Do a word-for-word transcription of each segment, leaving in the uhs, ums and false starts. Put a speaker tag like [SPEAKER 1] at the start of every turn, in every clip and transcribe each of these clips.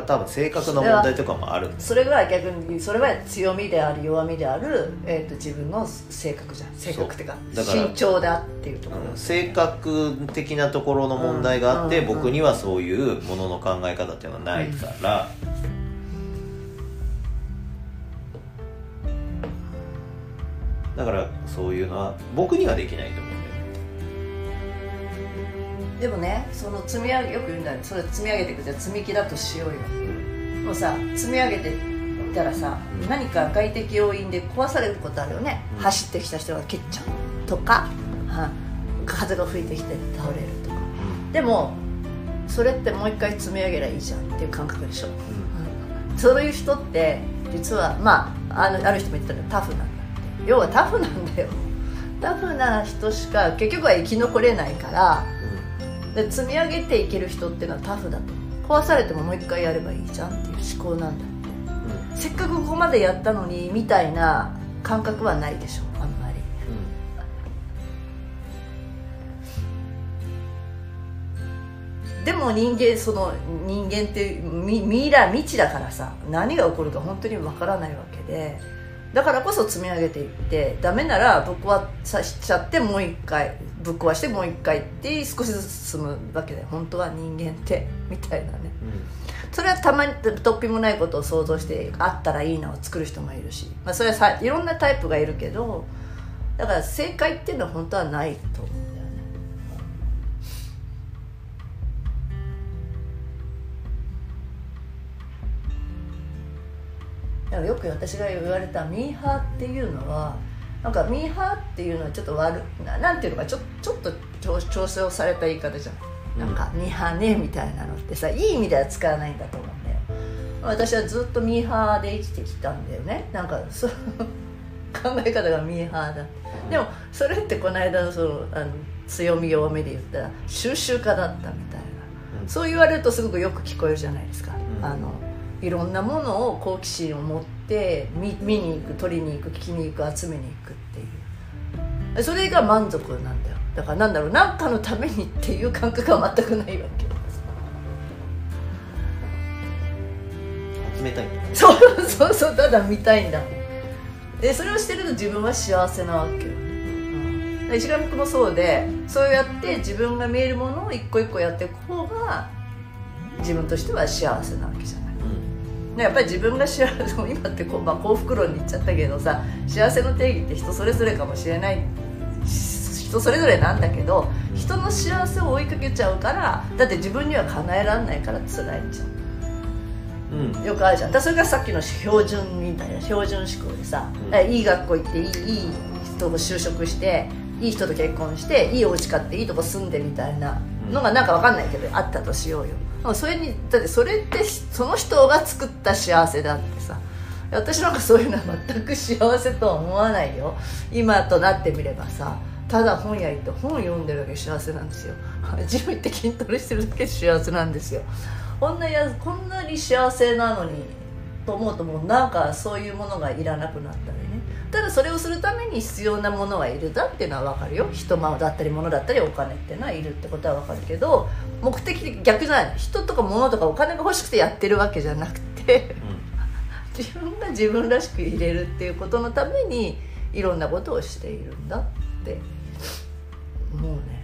[SPEAKER 1] 多分性格の問題とかもあるんです。
[SPEAKER 2] それが逆にそれは強みであり弱みである、えー、と自分の性格じゃん。性格っていうか慎重だっていうところ、
[SPEAKER 1] うん、性格的なところの問題があって、うんうんうん、僕にはそういうものの考え方っていうのはないから、うん、だからそういうのは僕にはできないと思うんだよね。
[SPEAKER 2] でもね、その積み上げよく言うんだよ。それ積み上げていくじゃ積み木だとしようよ、うん、もうさ積み上げていったらさ、うん、何か外的要因で壊されることあるよね、うん、走ってきた人が蹴っちゃうとか、うん、風が吹いてきて倒れるとか、うん、でもそれってもう一回積み上げりゃいいじゃんっていう感覚でしょ、うんうん、そういう人って実はまああのある人も言ってたけどタフなんだって。要はタフなんだよ。タフな人しか結局は生き残れないから、で積み上げていける人っていうのはタフだと。壊されてももう一回やればいいじゃんっていう思考なんだって、うん、せっかくここまでやったのにみたいな感覚はないでしょあんまり、うん、でも人間その人間って未来未知だからさ、何が起こるか本当にわからないわけで、だからこそ積み上げていってダメならぶっ壊さしちゃってもう一回ぶっ壊してもう一回って少しずつ進むわけで、本当は人間ってみたいなね、うん、それはたまに突飛もないことを想像してあったらいいなを作る人もいるし、まあ、それはさいろんなタイプがいるけど、だから正解っていうのは本当はないと思うんだよね。だからよく私が言われたミーハーっていうのは、なんかミーハーっていうのはちょっと悪な、なんていうのかちょ、ちょっと調整された言い方じゃん、うん、なんかミーハーねみたいなのってさ、いい意味では使わないんだと思うんだよ。私はずっとミーハーで生きてきたんだよね。なんかその考え方がミーハーだ。でもそれってこの間のそのあの強み弱みで言ったら収集家だったみたいな、うん、そう言われるとすごくよく聞こえるじゃないですか、うん、あのいろんなものを好奇心を持って見, 見に行く、取りに行く、聞きに行く、集めに行くっていう、それが満足なんだよ。だからなんだろう、何かのためにっていう感覚は全くないわけ。
[SPEAKER 1] 集めたい。
[SPEAKER 2] そうそうそう、ただ見たいんだ。でそれをしてると自分は幸せなわけよ、うん、石上君もそうで、そうやって自分が見えるものを一個一個やっていく方が自分としては幸せなわけじゃない。やっぱり自分が幸せ、今ってこう、まあ、幸福論に言っちゃったけどさ、幸せの定義って人それぞれかもしれない、人それぞれなんだけど、人の幸せを追いかけちゃうから、だって自分には叶えられないから辛いじゃん、うん、よくあるじゃん。だそれがさっきの標準みたいな標準思考でさ、うん、いい学校行っていい、いい人と就職していい人と結婚していいお家買っていいとこ住んでみたいなのがなんか分かんないけどあったとしようよ。それにだってそれってその人が作った幸せだってさ、私なんかそういうのは全く幸せとは思わないよ。今となってみればさ、ただ本屋行って本読んでるだけ幸せなんですよ。ジム行って筋トレしてるだけ幸せなんですよ。こんなやこんなに幸せなのにと思うと、もうなんかそういうものがいらなくなったりね。ただそれをするために必要なものはいるだっていうのは分かるよ。人だったり物だったりお金っていうのはいるってことは分かるけど、目的的逆じゃない。人とか物とかお金が欲しくてやってるわけじゃなくて、うん、自分が自分らしく入れるっていうことのためにいろんなことをしているんだってもうね、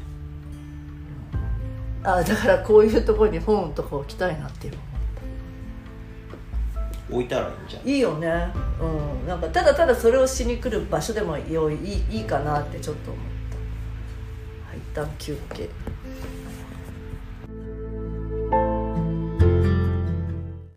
[SPEAKER 2] あだからこういうところに本とか置きたいなっていう
[SPEAKER 1] 置いたらいいんじゃん。
[SPEAKER 2] いいよね、うん、なんかただただそれをしに来る場所でもいい、いいかなってちょっと思った。はい、一旦休憩。